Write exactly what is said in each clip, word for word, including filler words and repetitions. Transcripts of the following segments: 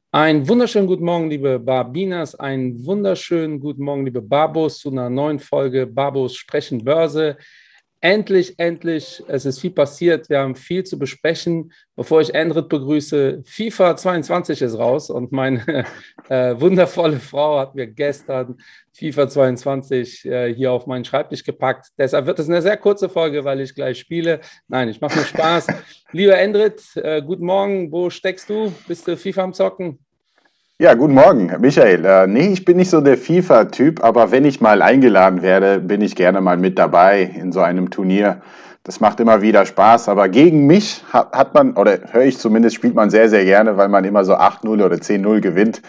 Einen wunderschönen guten Morgen, liebe Barbinas, einen wunderschönen guten Morgen, liebe Babos, zu einer neuen Folge Babos sprechen Börse. Endlich, endlich, es ist viel passiert, wir haben viel zu besprechen. Bevor ich Endrit begrüße, FIFA zweiundzwanzig ist raus und meine äh, wundervolle Frau hat mir gestern FIFA zweiundzwanzig äh, hier auf meinen Schreibtisch gepackt. Deshalb wird es eine sehr kurze Folge, weil ich gleich spiele. Nein, ich mache nur Spaß. Lieber Endrit, äh, guten Morgen, wo steckst du? Bist du FIFA am Zocken? Ja, guten Morgen, Michael. Äh, nee, ich bin nicht so der FIFA-Typ, aber wenn ich mal eingeladen werde, bin ich gerne mal mit dabei in so einem Turnier. Das macht immer wieder Spaß, aber gegen mich hat, hat man, oder höre ich zumindest, spielt man sehr, sehr gerne, weil man immer so acht null oder zehn null gewinnt.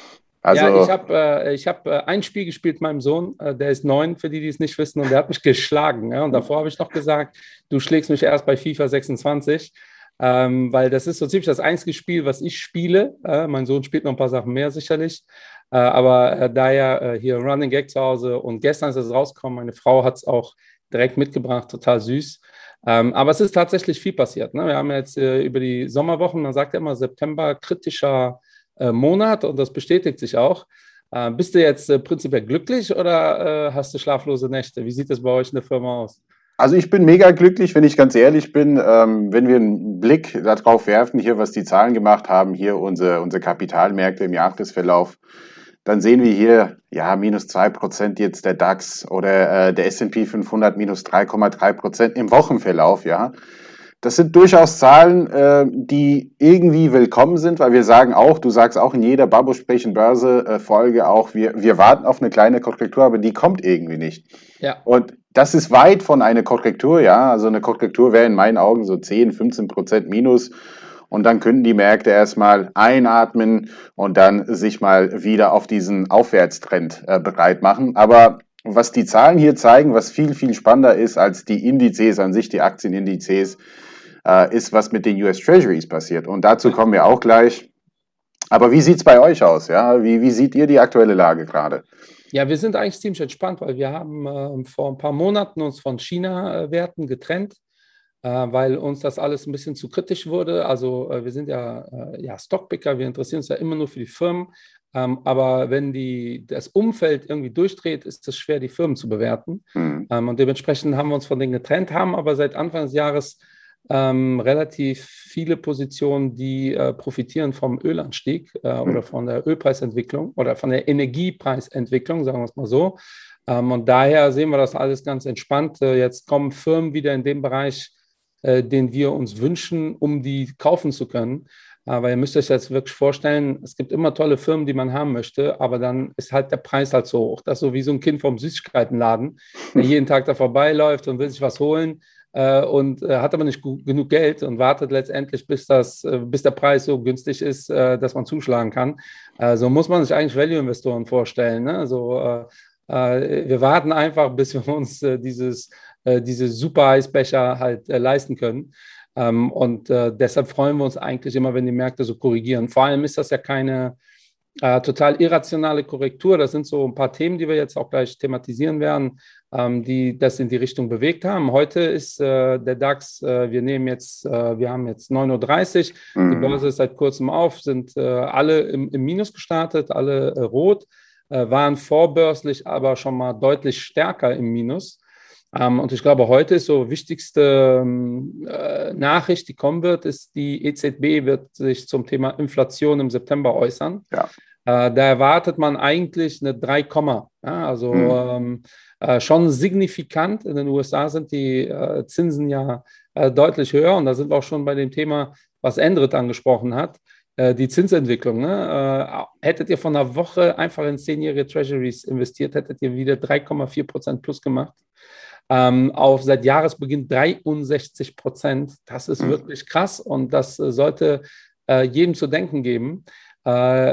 Ja, ich Also, habe äh, ich hab, äh, ein Spiel gespielt mit meinem Sohn, äh, der ist neun, für die, die es nicht wissen, und der hat mich geschlagen. Ja? Und davor habe ich noch gesagt, du schlägst mich erst bei FIFA sechsundzwanzig, ähm, weil das ist so ziemlich das einzige Spiel, was ich spiele. Äh, mein Sohn spielt noch ein paar Sachen mehr sicherlich. Äh, aber äh, da ja äh, hier Running Gag zu Hause und gestern ist es rausgekommen, meine Frau hat es auch direkt mitgebracht, total süß. Ähm, aber es ist tatsächlich viel passiert. Ne? Wir haben jetzt äh, über die Sommerwochen, man sagt ja immer September, kritischer äh, Monat und das bestätigt sich auch. Äh, bist du jetzt äh, prinzipiell glücklich oder äh, hast du schlaflose Nächte? Wie sieht das bei euch in der Firma aus? also ich bin mega glücklich, wenn ich ganz ehrlich bin, ähm, wenn wir einen Blick darauf werfen, hier, was die Zahlen gemacht haben, hier unsere, unsere Kapitalmärkte im Jahresverlauf. Dann sehen wir hier, ja, minus zwei Prozent jetzt der DAX oder äh, der S und P fünfhundert minus drei Komma drei Prozent im Wochenverlauf, ja. Das sind durchaus Zahlen, äh, die irgendwie willkommen sind, weil wir sagen auch, du sagst auch in jeder Babo-Sprechen-Börse-Folge auch, wir, wir warten auf eine kleine Korrektur, aber die kommt irgendwie nicht. Ja, Und das ist weit von einer Korrektur, ja. Also eine Korrektur wäre in meinen Augen so zehn, fünfzehn Prozent minus. Und dann könnten die Märkte erstmal einatmen und dann sich mal wieder auf diesen Aufwärtstrend äh, bereit machen. Aber was die Zahlen hier zeigen, was viel, viel spannender ist als die Indizes an sich, die Aktienindizes, äh, ist, was mit den U S Treasuries passiert. Und dazu ja. kommen wir auch gleich. Aber wie sieht es bei euch aus? Ja? Wie, wie seht ihr die aktuelle Lage gerade? Ja, wir sind eigentlich ziemlich entspannt, weil wir haben äh, vor ein paar Monaten uns von China-Werten getrennt, äh, weil uns das alles ein bisschen zu kritisch wurde. Also äh, wir sind ja, äh, ja Stockpicker, wir interessieren uns ja immer nur für die Firmen. Ähm, aber wenn die, das Umfeld irgendwie durchdreht, ist es schwer, die Firmen zu bewerten. Hm. Ähm, und dementsprechend haben wir uns von denen getrennt, haben aber seit Anfang des Jahres ähm, relativ viele Positionen, die äh, profitieren vom Ölanstieg äh, oder Hm. von der Ölpreisentwicklung oder von der Energiepreisentwicklung, sagen wir es mal so. Ähm, und daher sehen wir das alles ganz entspannt. Äh, jetzt kommen Firmen wieder in den Bereich, äh, den wir uns wünschen, um die kaufen zu können. Aber ihr müsst euch das wirklich vorstellen, es gibt immer tolle Firmen, die man haben möchte, aber dann ist halt der Preis halt so hoch. Das ist so wie so ein Kind vom Süßigkeitenladen, der jeden Tag da vorbeiläuft und will sich was holen äh, und äh, hat aber nicht genug Geld und wartet letztendlich, bis, das, äh, bis der Preis so günstig ist, äh, dass man zuschlagen kann. Äh, so muss man sich eigentlich Value-Investoren vorstellen. Ne? Also, äh, äh, wir warten einfach, bis wir uns äh, dieses, äh, diese super Eisbecher halt äh, leisten können. Ähm, und äh, deshalb freuen wir uns eigentlich immer, wenn die Märkte so korrigieren. Vor allem ist das ja keine äh, total irrationale Korrektur. Das sind so ein paar Themen, die wir jetzt auch gleich thematisieren werden, ähm, die das in die Richtung bewegt haben. Heute ist äh, der DAX, äh, wir nehmen jetzt, äh, wir haben jetzt neun Uhr dreißig, die Hm. Börse ist seit kurzem auf, sind äh, alle im, im Minus gestartet, alle äh, rot, äh, waren vorbörslich aber schon mal deutlich stärker im Minus. Ähm, und ich glaube, heute ist so wichtigste ähm, äh, Nachricht, die kommen wird, ist, die E Z B wird sich zum Thema Inflation im September äußern. Ja. Äh, da erwartet man eigentlich eine drei, ja, also Hm. ähm, äh, schon signifikant. In den U S A sind die äh, Zinsen ja äh, deutlich höher und da sind wir auch schon bei dem Thema, was Endrit angesprochen hat, äh, die Zinsentwicklung. Ne? Äh, hättet ihr von einer Woche einfach in zehnjährige Treasuries investiert, hättet ihr wieder drei Komma vier Prozent plus gemacht. Ähm, auf seit Jahresbeginn dreiundsechzig Prozent. Das ist Hm. wirklich krass und das äh, sollte äh, jedem zu denken geben, äh,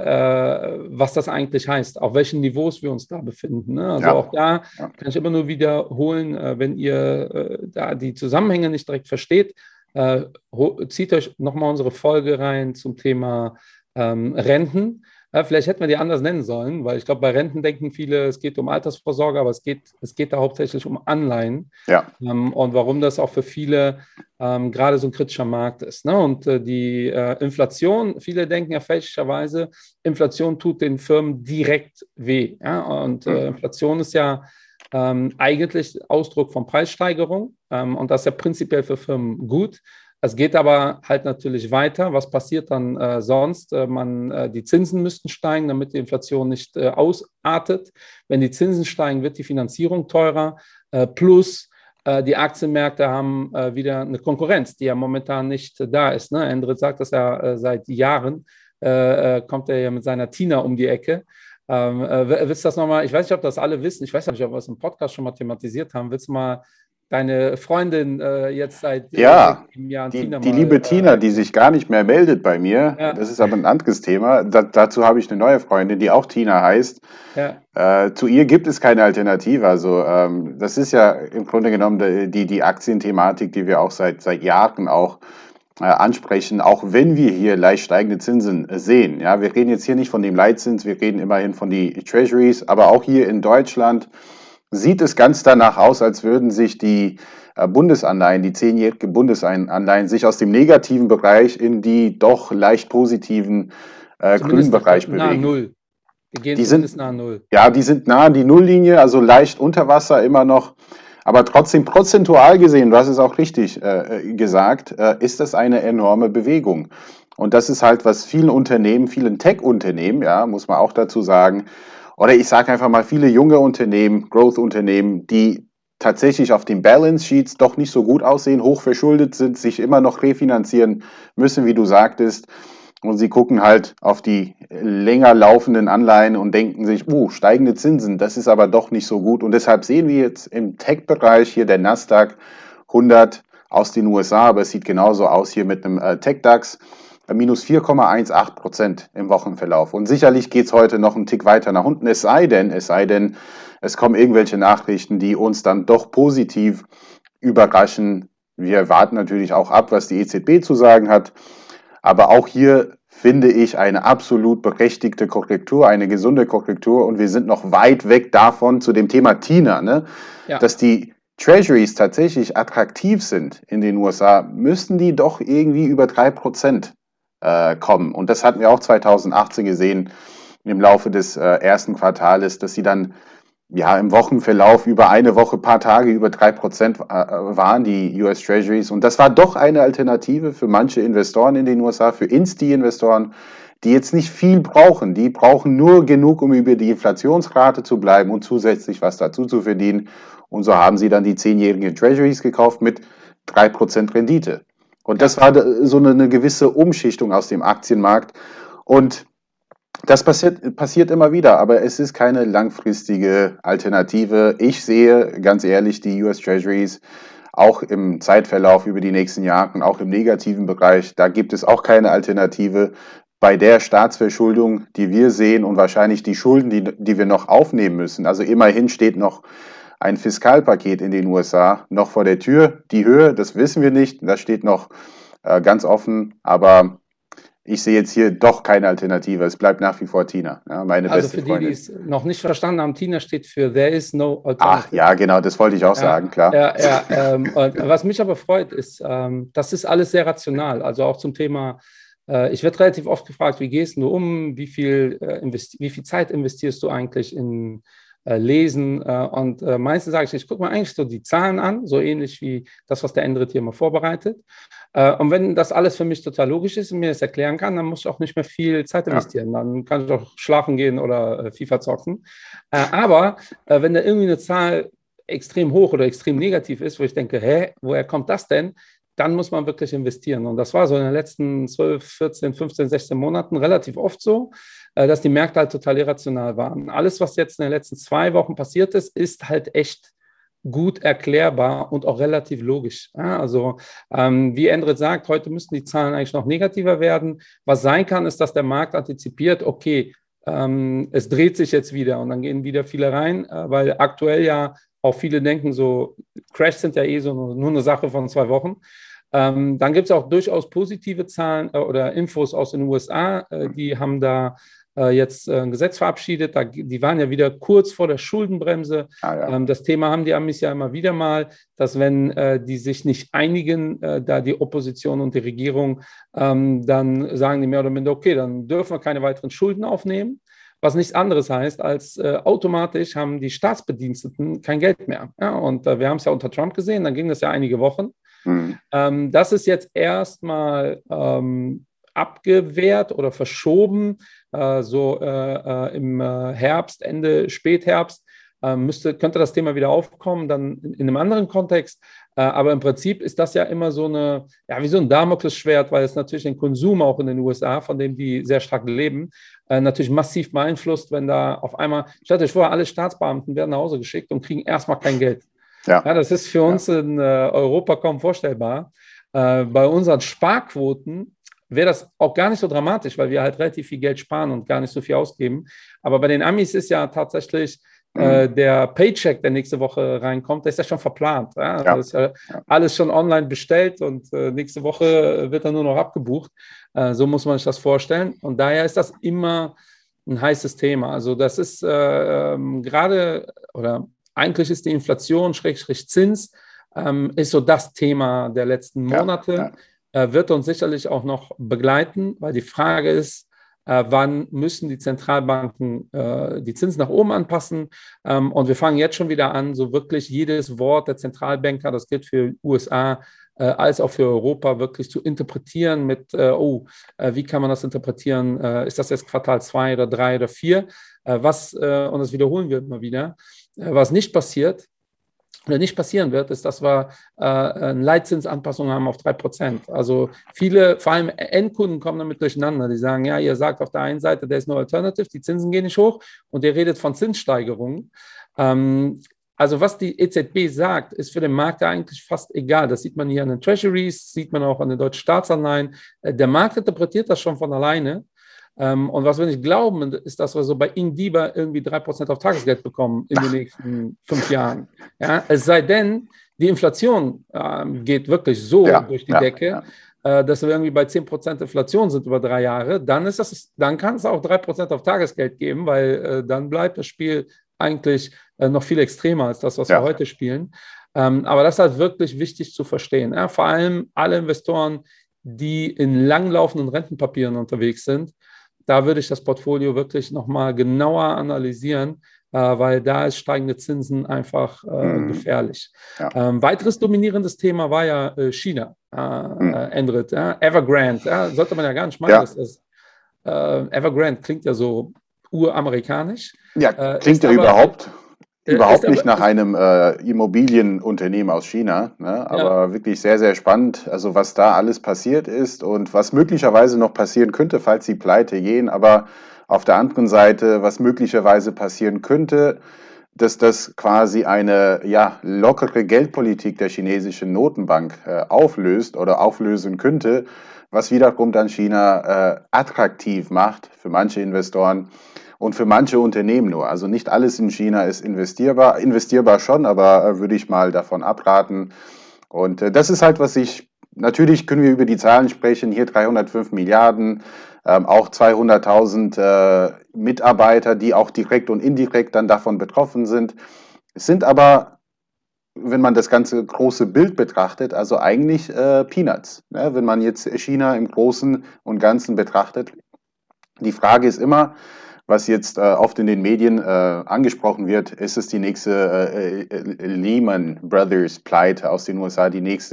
äh, was das eigentlich heißt, auf welchen Niveaus wir uns da befinden. Ne? Also Ja. auch da Ja. kann ich immer nur wiederholen, äh, wenn ihr äh, da die Zusammenhänge nicht direkt versteht, äh, zieht euch nochmal unsere Folge rein zum Thema ähm, Renten. Ja, vielleicht hätten wir die anders nennen sollen, weil ich glaube, bei Renten denken viele, es geht um Altersvorsorge, aber es geht, es geht da hauptsächlich um Anleihen. Ja. Ähm, und warum das auch für viele ähm, gerade so ein kritischer Markt ist. Ne? Und äh, die äh, Inflation, viele denken ja fälschlicherweise, Inflation tut den Firmen direkt weh. Ja? Und äh, Inflation ist ja ähm, eigentlich Ausdruck von Preissteigerung. Ähm, und das ist ja prinzipiell für Firmen gut. Es geht aber halt natürlich weiter. Was passiert dann äh, sonst? Äh, man, äh, die Zinsen müssten steigen, damit die Inflation nicht äh, ausartet. Wenn die Zinsen steigen, wird die Finanzierung teurer. Äh, plus äh, die Aktienmärkte haben äh, wieder eine Konkurrenz, die ja momentan nicht äh, da ist. Ne? Endrit sagt das ja äh, seit Jahren. Äh, äh, kommt er ja mit seiner Tina um die Ecke. Ähm, äh, willst du das nochmal? Ich weiß nicht, ob das alle wissen. Ich weiß nicht, ob wir es im Podcast schon mal thematisiert haben. Willst du mal deine Freundin äh, jetzt seit äh, Ja, sechs, sieben Jahren, die, Tina, die mal liebe Tina, die äh, sich gar nicht mehr meldet bei mir, ja, das ist aber ein anderes Thema. Da, dazu habe ich eine neue Freundin, die auch Tina heißt. ja, Äh, zu ihr gibt es keine Alternative. Also ähm, das ist ja im Grunde genommen die, die Aktienthematik, die wir auch seit, seit Jahren auch äh, ansprechen, auch wenn wir hier leicht steigende Zinsen äh, sehen. Ja, wir reden jetzt hier nicht von dem Leitzins, wir reden immerhin von die Treasuries, aber auch hier in Deutschland sieht es ganz danach aus, als würden sich die äh, Bundesanleihen, die zehnjährige Bundesanleihen, sich aus dem negativen Bereich in die doch leicht positiven äh, grünen zumindest Bereich nahe bewegen. Null. Wir gehen Die sind, zumindest nahe Null. ja, die sind nah an die Nulllinie, also leicht unter Wasser immer noch. Aber trotzdem prozentual gesehen, du hast es auch richtig äh, gesagt, äh, ist das eine enorme Bewegung. Und das ist halt, was vielen Unternehmen, vielen Tech-Unternehmen, ja, muss man auch dazu sagen, oder ich sage einfach mal viele junge Unternehmen, Growth-Unternehmen, die tatsächlich auf den Balance Sheets doch nicht so gut aussehen, hochverschuldet sind, sich immer noch refinanzieren müssen, wie du sagtest. Und sie gucken halt auf die länger laufenden Anleihen und denken sich, uh, steigende Zinsen, das ist aber doch nicht so gut. Und deshalb sehen wir jetzt im Tech-Bereich hier der Nasdaq hundert aus den U S A, aber es sieht genauso aus hier mit einem äh, Tech-DAX, äh, minus vier Komma achtzehn Prozent im Wochenverlauf. Und sicherlich geht es heute noch einen Tick weiter nach unten, es sei denn, es sei denn, es kommen irgendwelche Nachrichten, die uns dann doch positiv überraschen. Wir warten natürlich auch ab, was die E Z B zu sagen hat. Aber auch hier finde ich eine absolut berechtigte Korrektur, eine gesunde Korrektur. Und wir sind noch weit weg davon zu dem Thema Tina, ne? Ja. Dass die Treasuries tatsächlich attraktiv sind in den U S A, müssten die doch irgendwie über drei Prozent äh, kommen. Und das hatten wir auch zweitausendachtzehn gesehen im Laufe des äh, ersten Quartales, dass sie dann ja, im Wochenverlauf über eine Woche, paar Tage über drei Prozent äh, waren die U S Treasuries. Und das war doch eine Alternative für manche Investoren in den U S A, für Insti-Investoren, die jetzt nicht viel brauchen. Die brauchen nur genug, um über die Inflationsrate zu bleiben und zusätzlich was dazu zu verdienen. Und so haben sie dann die zehnjährigen Treasuries gekauft mit drei Prozent Rendite. Und das war so eine, eine gewisse Umschichtung aus dem Aktienmarkt. Und das passiert, passiert immer wieder, aber es ist keine langfristige Alternative. Ich sehe ganz ehrlich die U S Treasuries auch im Zeitverlauf über die nächsten Jahre und auch im negativen Bereich. Da gibt es auch keine Alternative. Bei der Staatsverschuldung, die wir sehen und wahrscheinlich die Schulden, die, die wir noch aufnehmen müssen. Also immerhin steht noch ein Fiskalpaket in den U S A noch vor der Tür. Die Höhe, das wissen wir nicht. Das steht noch äh, ganz offen. Aber ich sehe jetzt hier doch keine Alternative. Es bleibt nach wie vor Tina, ja, meine Also beste für die, Freundin. die es noch nicht verstanden haben, Tina steht für There is no alternative. Ach ja, genau, das wollte ich auch Ja, sagen, klar. Ja, ja. Ähm, und was mich aber freut, ist, ähm, das ist alles sehr rational. Also auch zum Thema, äh, ich werde relativ oft gefragt, wie gehst du um, wie viel, äh, investi- wie viel Zeit investierst du eigentlich in äh, Lesen? Äh, und äh, meistens sage ich, ich gucke mir eigentlich so die Zahlen an, so ähnlich wie das, was der Endrit hier mal vorbereitet. Äh, und wenn das alles für mich total logisch ist und mir das erklären kann, dann muss ich auch nicht mehr viel Zeit investieren. Ja. Dann kann ich auch schlafen gehen oder äh, FIFA zocken. Äh, aber äh, wenn da irgendwie eine Zahl extrem hoch oder extrem negativ ist, wo ich denke, hä, woher kommt das denn? Dann muss man wirklich investieren. Und das war so in den letzten zwölf, vierzehn, fünfzehn, sechzehn Monaten relativ oft so, äh, dass die Märkte halt total irrational waren. Alles, was jetzt in den letzten zwei Wochen passiert ist, ist halt echt gut erklärbar und auch relativ logisch. Ja, also ähm, wie Endrit sagt, heute müssten die Zahlen eigentlich noch negativer werden. Was sein kann, ist, dass der Markt antizipiert, okay, ähm, es dreht sich jetzt wieder und dann gehen wieder viele rein, äh, weil aktuell ja auch viele denken, so Crashs sind ja eh so nur, nur eine Sache von zwei Wochen. Ähm, dann gibt es auch durchaus positive Zahlen äh, oder Infos aus den U S A. Äh, die haben da äh, jetzt äh, ein Gesetz verabschiedet. Da, die waren ja wieder kurz vor der Schuldenbremse. Ah, ja. Ähm, das Thema haben die Amis ja immer wieder mal, dass wenn äh, die sich nicht einigen, äh, da die Opposition und die Regierung, ähm, dann sagen die mehr oder minder, okay, dann dürfen wir keine weiteren Schulden aufnehmen. Was nichts anderes heißt, als äh, automatisch haben die Staatsbediensteten kein Geld mehr. Ja, und äh, wir haben es ja unter Trump gesehen, dann ging das ja einige Wochen. Mhm. Ähm, das ist jetzt erstmal ähm, abgewehrt oder verschoben, äh, so äh, äh, im äh, Herbst, Ende, Spätherbst. Äh, müsste, könnte das Thema wieder aufkommen, dann in, in einem anderen Kontext. Äh, aber im Prinzip ist das ja immer so eine, ja, wie so ein Damoklesschwert, weil es natürlich den Konsum auch in den U S A, von dem die sehr stark leben, äh, natürlich massiv beeinflusst, wenn da auf einmal, stellt euch vor, alle Staatsbeamten werden nach Hause geschickt und kriegen erstmal kein Geld. Ja. Ja, das ist für uns Ja. in äh, Europa kaum vorstellbar. Äh, bei unseren Sparquoten wäre das auch gar nicht so dramatisch, weil wir halt relativ viel Geld sparen und gar nicht so viel ausgeben. Aber bei den Amis ist ja tatsächlich äh, Mhm. der Paycheck, der nächste Woche reinkommt, der ist ja schon verplant. Ja? Ja. Das ist ja Ja. alles schon online bestellt und äh, nächste Woche wird dann nur noch abgebucht. Äh, so muss man sich das vorstellen. Und daher ist das immer ein heißes Thema. Also das ist äh, ähm, gerade oder eigentlich ist die Inflation, Schrägstrich Zins, ähm, ist so das Thema der letzten Monate, ja. äh, wird uns sicherlich auch noch begleiten, weil die Frage ist, äh, wann müssen die Zentralbanken äh, die Zinsen nach oben anpassen? Ähm, und wir fangen jetzt schon wieder an, so wirklich jedes Wort der Zentralbanker, das gilt für U S A, äh, als auch für Europa, wirklich zu interpretieren mit, äh, oh, äh, wie kann man das interpretieren? Äh, ist das jetzt Quartal zwei oder drei oder vier? Äh, was, äh, und das wiederholen wir immer wieder, was nicht passiert oder nicht passieren wird, ist, dass wir äh, eine Leitzinsanpassung haben auf drei Prozent. Also viele, vor allem Endkunden, kommen damit durcheinander. Die sagen, ja, ihr sagt auf der einen Seite, there is no alternative, die Zinsen gehen nicht hoch und ihr redet von Zinssteigerungen. Ähm, also was die E Z B sagt, ist für den Markt eigentlich fast egal. Das sieht man hier an den Treasuries, sieht man auch an den deutschen Staatsanleihen. Der Markt interpretiert das schon von alleine. Um, und was wir nicht glauben, ist, dass wir so bei Ingdiba irgendwie drei Prozent auf Tagesgeld bekommen in den nächsten fünf Jahren. Ja, es sei denn, die Inflation ähm, geht wirklich so Ja, durch die ja, Decke, ja. äh, dass wir irgendwie bei zehn Prozent Inflation sind über drei Jahre. Dann, ist das, dann kann es auch drei Prozent auf Tagesgeld geben, weil äh, dann bleibt das Spiel eigentlich äh, noch viel extremer als das, was Ja. wir heute spielen. Ähm, aber das ist halt wirklich wichtig zu verstehen. Ja? Vor allem alle Investoren, die in langlaufenden Rentenpapieren unterwegs sind, da würde ich das Portfolio wirklich nochmal genauer analysieren, äh, weil da ist steigende Zinsen einfach äh, Mhm. gefährlich. Ja. Ähm, weiteres dominierendes Thema war ja äh, China, äh, Mhm. äh, Endrit, ja? Evergrande, ja? Sollte man ja gar nicht meinen, Ja. dass das äh, Evergrande klingt ja so uramerikanisch. Ja, Äh, klingt ist ja aber, überhaupt, äh, überhaupt ist nicht aber, nach ist, einem äh, Immobilienunternehmen aus China, ne? ja, Aber wirklich sehr, sehr spannend, also was da alles passiert ist und was möglicherweise noch passieren könnte, falls sie pleite gehen. Aber auf der anderen Seite, was möglicherweise passieren könnte, dass das quasi eine ja, lockere Geldpolitik der chinesischen Notenbank äh, auflöst oder auflösen könnte, was wiederum dann China äh, attraktiv macht für manche Investoren und für manche Unternehmen nur. Also nicht alles in China ist investierbar, investierbar schon, aber äh, würde ich mal davon abraten. Und äh, das ist halt, was ich, natürlich können wir über die Zahlen sprechen, hier dreihundertfünf Milliarden, ähm, auch zweihunderttausend äh, Mitarbeiter, die auch direkt und indirekt dann davon betroffen sind. Es sind aber, wenn man das ganze große Bild betrachtet, also eigentlich äh, Peanuts, ne? Wenn man jetzt China im Großen und Ganzen betrachtet. Die Frage ist immer, was jetzt äh, oft in den Medien äh, angesprochen wird, ist es die nächste äh, äh, Lehman Brothers Pleite aus den U S A, die nächste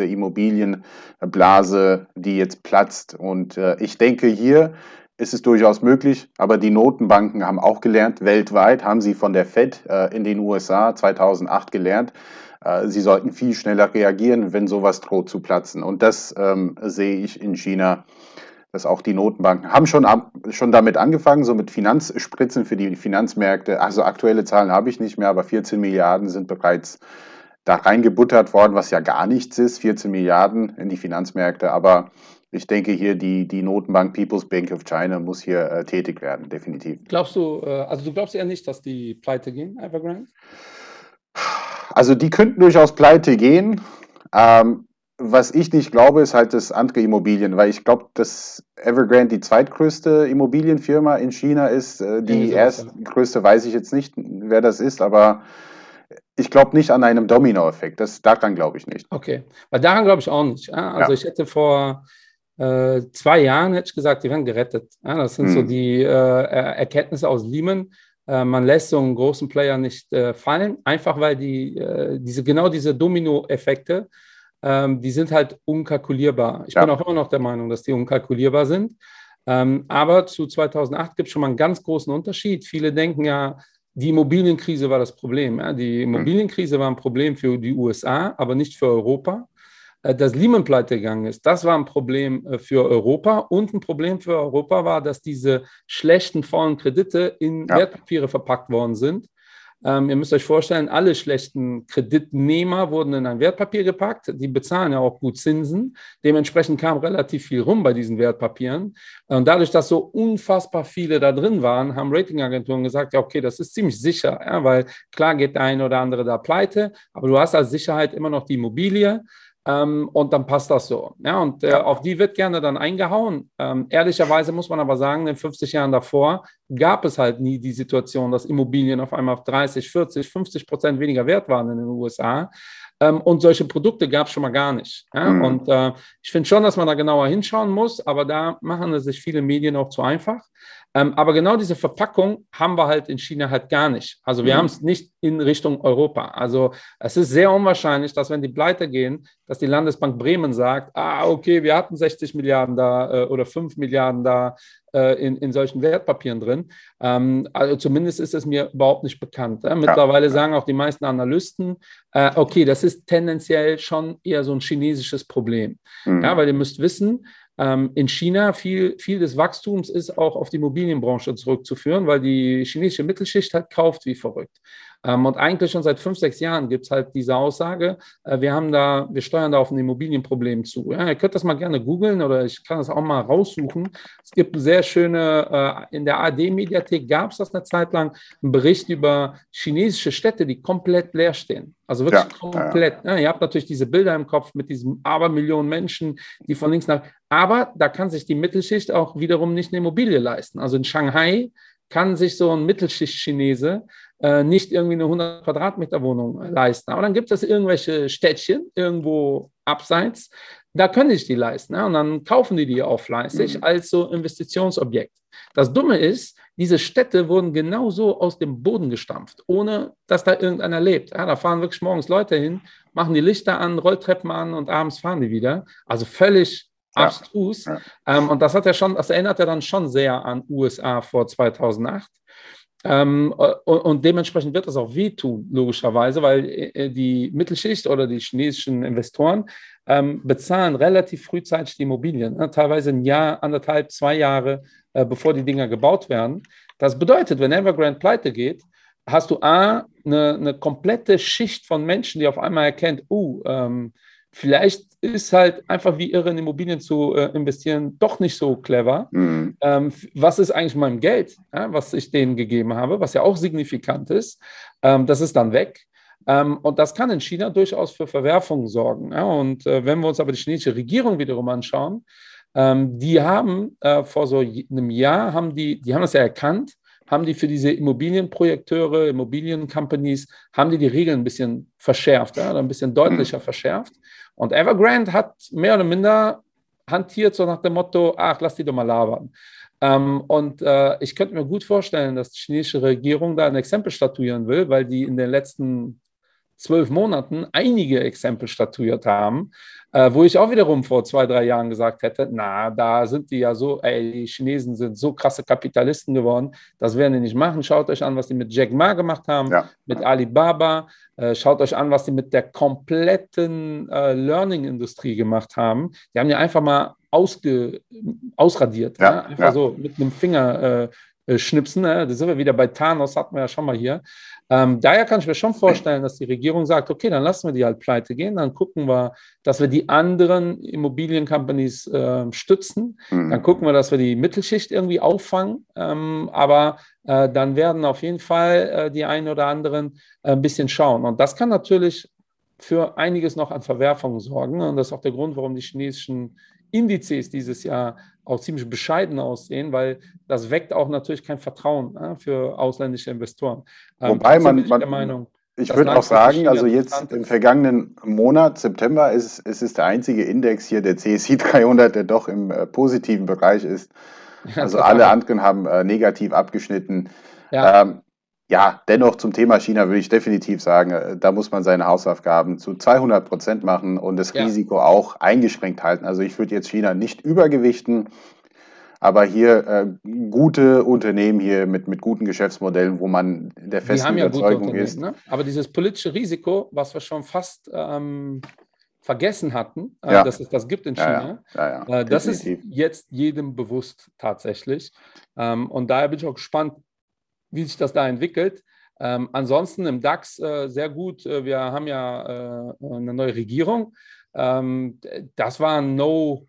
Immobilienblase, die jetzt platzt. Und äh, ich denke, hier ist es durchaus möglich, aber die Notenbanken haben auch gelernt, weltweit haben sie von der Fed äh, in den U S A zweitausendacht gelernt, äh, sie sollten viel schneller reagieren, wenn sowas droht zu platzen. Und das ähm, sehe ich in China, dass auch die Notenbanken haben schon, schon damit angefangen, so mit Finanzspritzen für die Finanzmärkte. Also aktuelle Zahlen habe ich nicht mehr, aber vierzehn Milliarden sind bereits da reingebuttert worden, was ja gar nichts ist, vierzehn Milliarden in die Finanzmärkte. Aber ich denke hier, die, die Notenbank People's Bank of China muss hier äh, tätig werden, definitiv. glaubst du, äh, also du glaubst eher nicht, dass die pleite gehen, Evergrande? Also die könnten durchaus pleite gehen. Ähm, Was ich nicht glaube, ist halt das andere Immobilien, weil ich glaube, dass Evergrande die zweitgrößte Immobilienfirma in China ist. Äh, Irgendwie Die sowas, ja. erstgrößte weiß ich jetzt nicht, wer das ist, aber ich glaube nicht an einem Dominoeffekt. Das daran glaube ich nicht. Okay, weil daran glaube ich auch nicht. Ja? Also Ja. ich hätte vor äh, zwei Jahren hätte ich gesagt, die werden gerettet. Ja? Das sind so Hm. die äh, Erkenntnisse aus Lehman. Äh, man lässt so einen großen Player nicht äh, fallen, einfach weil die äh, diese genau diese Domino-Effekte, ähm, die sind halt unkalkulierbar. Ich bin Ja. auch immer noch der Meinung, dass die unkalkulierbar sind. Ähm, aber zu zweitausendacht gibt es schon mal einen ganz großen Unterschied. Viele denken ja, die Immobilienkrise war das Problem. Ja. Die Hm. Immobilienkrise war ein Problem für die U S A, aber nicht für Europa. Äh, Dass Lehman pleite gegangen ist, das war ein Problem äh, für Europa. Und ein Problem für Europa war, dass diese schlechten faulen Kredite in Ja. Wertpapiere verpackt worden sind. Ähm, ihr müsst euch vorstellen, alle schlechten Kreditnehmer wurden in ein Wertpapier gepackt. Die bezahlen ja auch gut Zinsen. Dementsprechend kam relativ viel rum bei diesen Wertpapieren. Und dadurch, dass so unfassbar viele da drin waren, haben Ratingagenturen gesagt, ja, okay, das ist ziemlich sicher, ja, weil klar geht der eine oder andere da pleite, aber du hast als Sicherheit immer noch die Immobilie. Ähm, und dann passt das so. Ja, und äh, Ja. auf die wird gerne dann eingehauen. Ähm, ehrlicherweise muss man aber sagen, in den fünfzig Jahren davor gab es halt nie die Situation, dass Immobilien auf einmal auf dreißig, vierzig, fünfzig Prozent weniger wert waren in den U S A. Ähm, und solche Produkte gab es schon mal gar nicht. Ja? Hm. Und äh, ich finde schon, dass man da genauer hinschauen muss, aber da machen es sich viele Medien auch zu einfach. Ähm, aber genau diese Verpackung haben wir halt in China halt gar nicht. Also wir Hm. haben es nicht in Richtung Europa. Also es ist sehr unwahrscheinlich, dass wenn die pleite gehen, dass die Landesbank Bremen sagt, ah, okay, wir hatten sechzig Milliarden da äh, oder fünf Milliarden da äh, in, in solchen Wertpapieren drin. Ähm, also zumindest ist es mir überhaupt nicht bekannt. Äh? Mittlerweile Ja. sagen auch die meisten Analysten, äh, okay, das ist tendenziell schon eher so ein chinesisches Problem. Hm. Ja, weil ihr müsst wissen, ähm, in China viel, viel des Wachstums ist auch auf die Immobilienbranche zurückzuführen, weil die chinesische Mittelschicht halt kauft wie verrückt. Ähm, und eigentlich schon seit fünf, sechs Jahren gibt es halt diese Aussage, äh, wir haben da, wir steuern da auf ein Immobilienproblem zu. Ja, ihr könnt das mal gerne googeln oder ich kann das auch mal raussuchen. Es gibt eine sehr schöne, äh, in der A R D-Mediathek gab es das eine Zeit lang, einen Bericht über chinesische Städte, die komplett leer stehen. Also wirklich Ja. komplett. Ja, ihr habt natürlich diese Bilder im Kopf mit diesen Abermillionen Menschen, die von links nach. Aber da kann sich die Mittelschicht auch wiederum nicht eine Immobilie leisten. Also in Shanghai kann sich so ein Mittelschicht-Chinese äh, nicht irgendwie eine hundert Quadratmeter Wohnung leisten. Aber dann gibt es irgendwelche Städtchen irgendwo abseits, da können die sich die leisten. Ja? Und dann kaufen die die auch fleißig Hm. als so Investitionsobjekt. Das Dumme ist, diese Städte wurden genauso aus dem Boden gestampft, ohne dass da irgendeiner lebt. Ja, da fahren wirklich morgens Leute hin, machen die Lichter an, Rolltreppen an und abends fahren die wieder. Also völlig Ja. abstrus. Ja. Ähm, und das hat ja schon, das erinnert ja dann schon sehr an U S A vor zweitausendacht. Ähm, und, und dementsprechend wird das auch wehtun, logischerweise, weil äh, die Mittelschicht oder die chinesischen Investoren ähm, bezahlen relativ frühzeitig die Immobilien, ne? Teilweise ein Jahr, anderthalb, zwei Jahre, äh, bevor die Dinger gebaut werden. Das bedeutet, wenn Evergrande pleite geht, hast du A, eine, eine komplette Schicht von Menschen, die auf einmal erkennt, uh, ähm, vielleicht ist halt einfach wie irre in Immobilien zu äh, investieren doch nicht so clever. Hm. Ähm, was ist eigentlich meinem Geld, ja, was ich denen gegeben habe, was ja auch signifikant ist, ähm, das ist dann weg. Ähm, und das kann in China durchaus für Verwerfungen sorgen. Ja. Und äh, wenn wir uns aber die chinesische Regierung wiederum anschauen, ähm, die haben äh, vor so einem Jahr, haben die, die haben das ja erkannt, haben die für diese Immobilienprojekteure, Immobiliencompanies, haben die die Regeln ein bisschen verschärft, ja, oder ein bisschen deutlicher Hm. verschärft. Und Evergrande hat mehr oder minder hantiert, so nach dem Motto, ach, lass die doch mal labern. Ähm, und äh, ich könnte mir gut vorstellen, dass die chinesische Regierung da ein Exempel statuieren will, weil die in den letzten zwölf Monaten einige Exempel statuiert haben, äh, wo ich auch wiederum vor zwei, drei Jahren gesagt hätte, na, da sind die ja so, ey, die Chinesen sind so krasse Kapitalisten geworden, das werden die nicht machen. Schaut euch an, was die mit Jack Ma gemacht haben, Ja. mit Alibaba, äh, schaut euch an, was die mit der kompletten äh, Learning-Industrie gemacht haben. Die haben ja einfach mal ausge, ausradiert, Ja. ja? Einfach Ja. so mit einem Finger äh, schnipsen. Ne? Da sind wir wieder bei Thanos, hatten wir ja schon mal hier. Ähm, daher kann ich mir schon vorstellen, dass die Regierung sagt, okay, dann lassen wir die halt pleite gehen, dann gucken wir, dass wir die anderen Immobiliencompanies äh, stützen, Hm. dann gucken wir, dass wir die Mittelschicht irgendwie auffangen, ähm, aber äh, dann werden auf jeden Fall äh, die einen oder anderen äh, ein bisschen schauen. Und das kann natürlich für einiges noch an Verwerfungen sorgen. Und das ist auch der Grund, warum die chinesischen Indizes dieses Jahr auch ziemlich bescheiden aussehen, weil das weckt auch natürlich kein Vertrauen äh, für ausländische Investoren. Ähm, Wobei trotzdem bin man, ich der man Meinung, ich dass würde auch langfristig sagen, China also jetzt interessant im ist. vergangenen Monat, September, ist es ist der einzige Index hier, der C S I dreihundert, der doch im äh, positiven Bereich ist. Ja, Also alle total. anderen haben äh, negativ abgeschnitten. Ja, Ähm, ja, dennoch zum Thema China würde ich definitiv sagen, äh, da muss man seine Hausaufgaben zu zweihundert Prozent machen und das ja. Risiko auch eingeschränkt halten. Also ich würde jetzt China nicht übergewichten, aber hier äh, gute Unternehmen hier mit, mit guten Geschäftsmodellen, wo man der Die festen haben ja gute Überzeugung Unternehmen, ist, ne? Aber dieses politische Risiko, was wir schon fast ähm, vergessen hatten, äh, ja, dass es das gibt in ja, ja, China, ja, ja, äh, das ist definitiv. jetzt jedem bewusst tatsächlich. Ähm, und daher bin ich auch gespannt, wie sich das da entwickelt. Ähm, ansonsten im DAX äh, sehr gut. Äh, wir haben ja äh, eine neue Regierung. Ähm, das war ein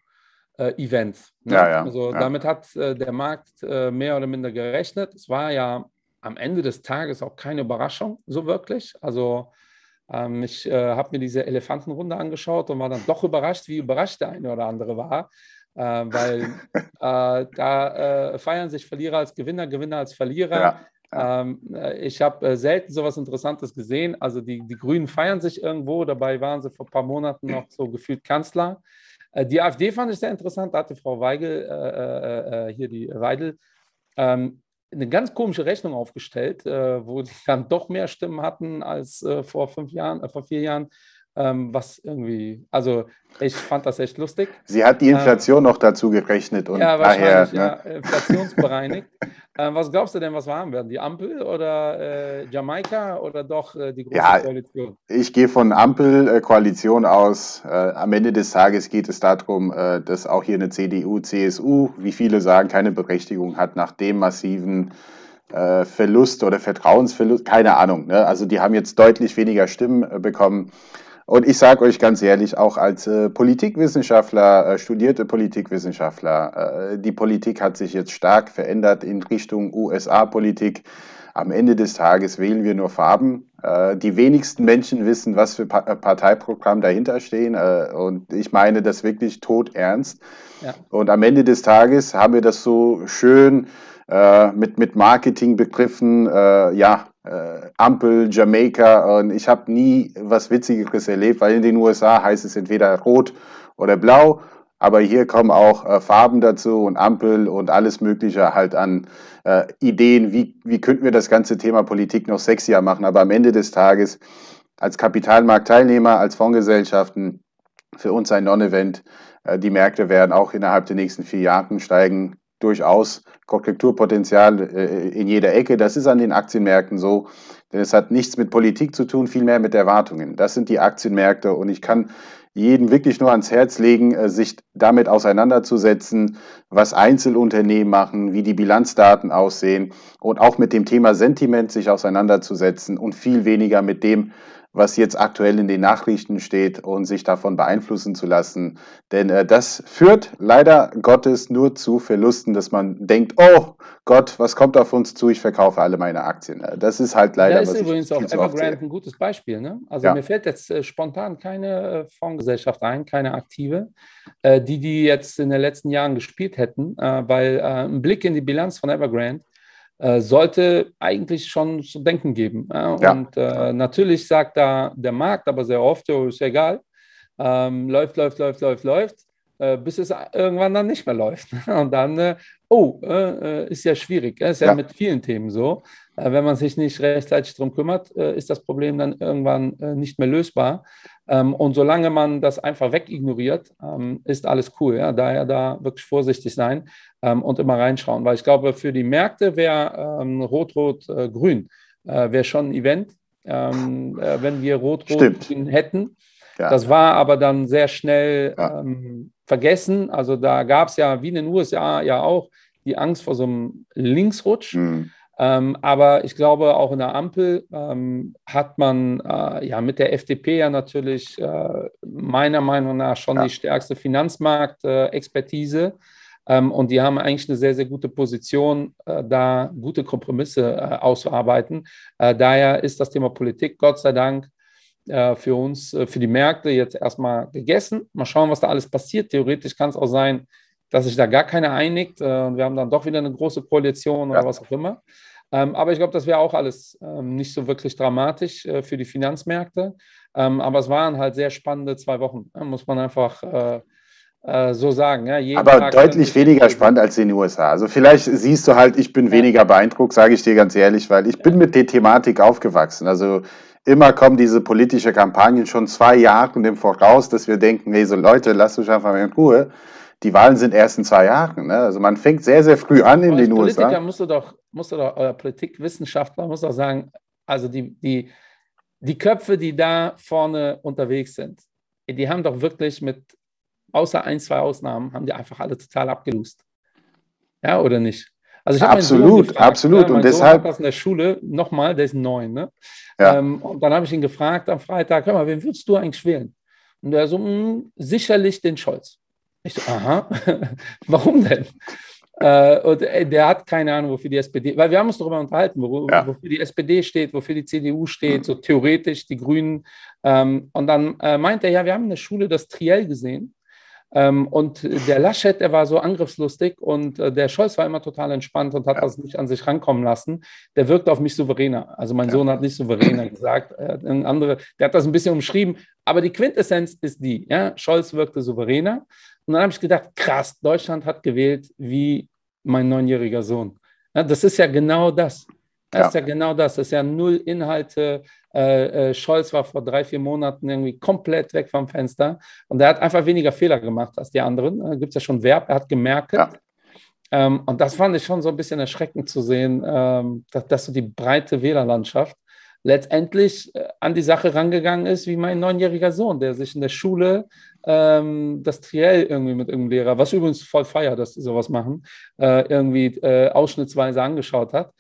No-Event. Ja, Ne? ja, Also ja. damit hat äh, der Markt äh, mehr oder minder gerechnet. Es war ja am Ende des Tages auch keine Überraschung, so wirklich. Also ähm, ich äh, habe mir diese Elefantenrunde angeschaut und war dann doch überrascht, wie überrascht der eine oder andere war. Äh, weil äh, da äh, feiern sich Verlierer als Gewinner, Gewinner als Verlierer. Ja, ja. Ähm, äh, ich habe äh, selten so etwas Interessantes gesehen. Also die, die Grünen feiern sich irgendwo, dabei waren sie vor ein paar Monaten noch so gefühlt Kanzler. Äh, die AfD fand ich sehr interessant, da hatte Frau Weigel, äh, äh, äh, hier die Weidel, ähm, eine ganz komische Rechnung aufgestellt, äh, wo die dann doch mehr Stimmen hatten als äh, vor fünf Jahren, äh, vor vier Jahren, ähm, was irgendwie, also ich fand das echt lustig. Sie hat die Ähm, Inflation noch dazu gerechnet und ja, daher, wahrscheinlich, ne? ja, inflationsbereinigt. Ähm, was glaubst du denn, was wir haben werden? Die Ampel oder äh, Jamaika oder doch äh, die Große Ja, Koalition? ich gehe von Ampelkoalition aus. Äh, am Ende des Tages geht es darum, äh, dass auch hier eine C D U, C S U, wie viele sagen, keine Berechtigung hat nach dem massiven äh, Verlust oder Vertrauensverlust. Keine Ahnung. Ne? Also die haben jetzt deutlich weniger Stimmen äh, bekommen. Und ich sage euch ganz ehrlich, auch als äh, Politikwissenschaftler, äh, studierte Politikwissenschaftler, äh, die Politik hat sich jetzt stark verändert in Richtung U S A-Politik. Am Ende des Tages wählen wir nur Farben. Äh, die wenigsten Menschen wissen, was für pa Parteiprogramm dahinter stehen. Äh, und ich meine das wirklich todernst. Ja. Und am Ende des Tages haben wir das so schön äh, mit, mit Marketingbegriffen, äh, ja, äh, Ampel, Jamaika. Und ich habe nie was Witzigeres erlebt, weil in den U S A heißt es entweder rot oder blau. Aber hier kommen auch äh, Farben dazu und Ampel und alles Mögliche halt an äh, Ideen, wie, wie könnten wir das ganze Thema Politik noch sexier machen. Aber am Ende des Tages als Kapitalmarktteilnehmer, als Fondsgesellschaften für uns ein Non-Event. Äh, die Märkte werden auch innerhalb der nächsten vier Jahre steigen. Durchaus Korrekturpotenzial äh, in jeder Ecke. Das ist an den Aktienmärkten so, denn es hat nichts mit Politik zu tun, vielmehr mit Erwartungen. Das sind die Aktienmärkte und ich kann jedem wirklich nur ans Herz legen, äh, sich damit auseinanderzusetzen, was Einzelunternehmen machen, wie die Bilanzdaten aussehen und auch mit dem Thema Sentiment sich auseinanderzusetzen und viel weniger mit dem, was jetzt aktuell in den Nachrichten steht und sich davon beeinflussen zu lassen. Denn äh, das führt leider Gottes nur zu Verlusten, dass man denkt, oh Gott, was kommt auf uns zu? Ich verkaufe alle meine Aktien. Äh, Das ist halt Da leider, ist was ich übrigens auch viel zu oft sehe. Evergrande ein gutes Beispiel. Ne? Also mir Ja, fällt jetzt äh, spontan keine äh, Fondsgesellschaft ein, keine aktive, äh, die die jetzt in den letzten Jahren gespielt hätten, äh, weil äh, ein Blick in die Bilanz von Evergrande äh, sollte eigentlich schon zu denken geben. Ja? ja, Und äh, ja, natürlich sagt da der Markt, aber sehr oft, oh, ist ja egal, ähm, läuft, läuft, läuft, läuft, läuft, äh, bis es irgendwann dann nicht mehr läuft. Und dann, äh, oh, äh, äh, ist ja schwierig. Ist ja ja. mit vielen Themen so. Äh, wenn man sich nicht rechtzeitig darum kümmert, äh, ist das Problem dann irgendwann äh, nicht mehr lösbar. Ähm, und solange man das einfach wegignoriert, ähm, ist alles cool. Ja? Daher da wirklich vorsichtig sein ähm, und immer reinschauen. Weil ich glaube, für die Märkte wäre ähm, Rot-Rot-Grün äh, wäre schon ein Event, ähm, äh, wenn wir Stimmt. Rot-Rot-Grün hätten. Ja, Das war aber dann sehr schnell ja, ähm, vergessen. Also da gab es ja, wie in den U S A ja auch, die Angst vor so einem Linksrutsch. hm, Ähm, aber ich glaube, auch in der Ampel ähm, hat man äh, ja mit der F D P ja natürlich äh, meiner Meinung nach schon die ja, stärkste Finanzmarktexpertise. Ähm, und die haben eigentlich eine sehr, sehr gute Position, äh, da gute Kompromisse äh, auszuarbeiten. Äh, daher ist das Thema Politik, Gott sei Dank, äh, für uns, äh, für die Märkte jetzt erstmal gegessen. Mal schauen, was da alles passiert. Theoretisch kann es auch sein, dass sich da gar keiner einigt äh, und wir haben dann doch wieder eine große Koalition oder Ja. was auch immer. Ähm, aber ich glaube, das wäre auch alles ähm, nicht so wirklich dramatisch äh, für die Finanzmärkte. Ähm, aber es waren halt sehr spannende zwei Wochen, äh, muss man einfach äh, äh, so sagen. Ja, jeden Aber Tag deutlich weniger spannend als in den U S A. Also vielleicht siehst du halt, ich bin Ja. weniger beeindruckt, sage ich dir ganz ehrlich, weil ich bin mit der Thematik aufgewachsen. Also immer kommen diese politische Kampagnen schon zwei Jahre im Voraus, dass wir denken, hey, so Leute, lasst euch einfach mal in Ruhe. Die Wahlen sind erst in zwei Jahren. Ne? Also man fängt sehr, sehr früh an in Aber als den U S Politiker A. musst du doch, musst du doch, euer Politikwissenschaftler muss doch sagen, also die, die, die Köpfe, die da vorne unterwegs sind, die haben doch wirklich mit, außer ein, zwei Ausnahmen, haben die einfach alle total abgelust. Ja, oder nicht? Also ich habe meinen Sohn Absolut, gefragt, absolut. ne? Und Mein Sohn hat deshalb, das in der Schule, nochmal, der ist neun, ne? ja, Ähm, und dann habe ich ihn gefragt am Freitag, hör mal, wen würdest du eigentlich wählen? Und er so, "Mh, sicherlich den Scholz." Ich so, aha, warum denn? Äh, und äh, der hat keine Ahnung, wofür die S P D, weil wir haben uns darüber unterhalten, wo, ja, wofür die S P D steht, wofür die C D U steht, so theoretisch, die Grünen. Ähm, und dann äh, meinte er, ja, wir haben in der Schule das Triell gesehen. Ähm, und der Laschet, der war so angriffslustig und äh, der Scholz war immer total entspannt und hat ja, das nicht an sich rankommen lassen. Der wirkt auf mich souveräner. Also mein ja. Sohn hat nicht souveräner gesagt. Äh, ein andere, der hat das ein bisschen umschrieben. Aber die Quintessenz ist die, ja, Scholz wirkte souveräner. Und dann habe ich gedacht, krass, Deutschland hat gewählt wie mein neunjähriger Sohn. Ja, das ist ja genau das. Das Ja. ist ja genau das. Das ist ja null Inhalte. Äh, äh, Scholz war vor drei, vier Monaten irgendwie komplett weg vom Fenster und er hat einfach weniger Fehler gemacht als die anderen. Da gibt es ja schon Verb, er hat gemerkt. Ja. Ähm, und das fand ich schon so ein bisschen erschreckend zu sehen, ähm, dass, dass so die breite Wählerlandschaft letztendlich äh, an die Sache rangegangen ist, wie mein neunjähriger Sohn, der sich in der Schule ähm, das Triell irgendwie mit irgendeinem Lehrer, was übrigens voll feiert, dass die sowas machen, äh, irgendwie äh, ausschnittsweise angeschaut hat.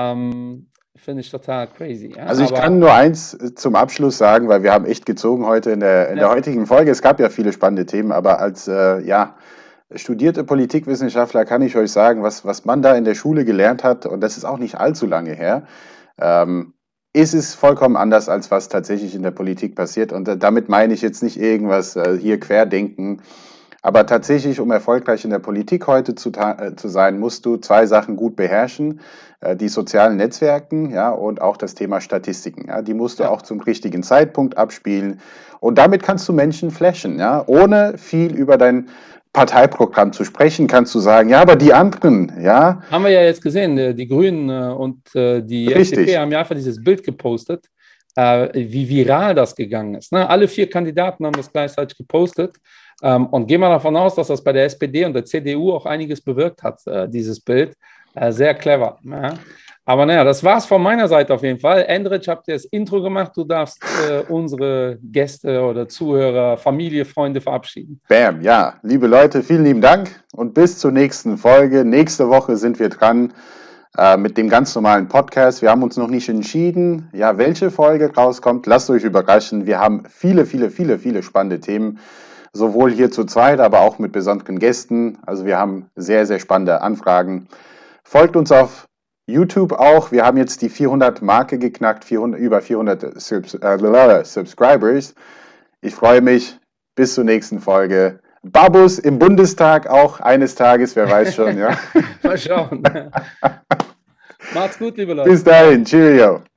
Ähm, Finde ich total crazy. Ja? Also ich Aber, kann nur eins zum Abschluss sagen, weil wir haben echt gezogen heute in der, in der ja. heutigen Folge. Es gab ja viele spannende Themen, aber als äh, ja, studierte Politikwissenschaftler kann ich euch sagen, was, was man da in der Schule gelernt hat, und das ist auch nicht allzu lange her, ähm, ist es vollkommen anders, als was tatsächlich in der Politik passiert. Und äh, damit meine ich jetzt nicht irgendwas äh, hier querdenken. Aber tatsächlich, um erfolgreich in der Politik heute zu, äh, zu sein, musst du zwei Sachen gut beherrschen. Äh, die sozialen Netzwerken, ja, und auch das Thema Statistiken. Ja, die musst du Ja. auch zum richtigen Zeitpunkt abspielen. Und damit kannst du Menschen flashen, ja, ohne viel über dein Parteiprogramm zu sprechen, kannst du sagen, ja, aber die anderen, ja. Haben wir ja jetzt gesehen, äh, die Grünen äh, und äh, die F D P Richtig. haben ja einfach dieses Bild gepostet, äh, wie viral das gegangen ist. Ne? Alle vier Kandidaten haben das gleichzeitig gepostet. Ähm, und gehen wir davon aus, dass das bei der S P D und der C D U auch einiges bewirkt hat, äh, dieses Bild. Äh, sehr clever. Ja? Aber naja, das war's von meiner Seite auf jeden Fall. Endrich, habt ihr das Intro gemacht. Du darfst äh, unsere Gäste oder Zuhörer, Familie, Freunde verabschieden. Bam, ja. Liebe Leute, vielen lieben Dank und bis zur nächsten Folge. Nächste Woche sind wir dran äh, mit dem ganz normalen Podcast. Wir haben uns noch nicht entschieden, ja, welche Folge rauskommt. Lasst euch überraschen. Wir haben viele, viele, viele, viele spannende Themen. Sowohl hier zu zweit, aber auch mit besonderen Gästen. Also wir haben sehr, sehr spannende Anfragen. Folgt uns auf YouTube auch. Wir haben jetzt die vierhundert Marke geknackt, vierhundert, über vierhundert Subs äh, Subscribers. Ich freue mich. Bis zur nächsten Folge. Babus im Bundestag auch eines Tages, wer weiß schon. Ja. Mal schauen. Macht's gut, liebe Leute. Bis dahin. Cheerio.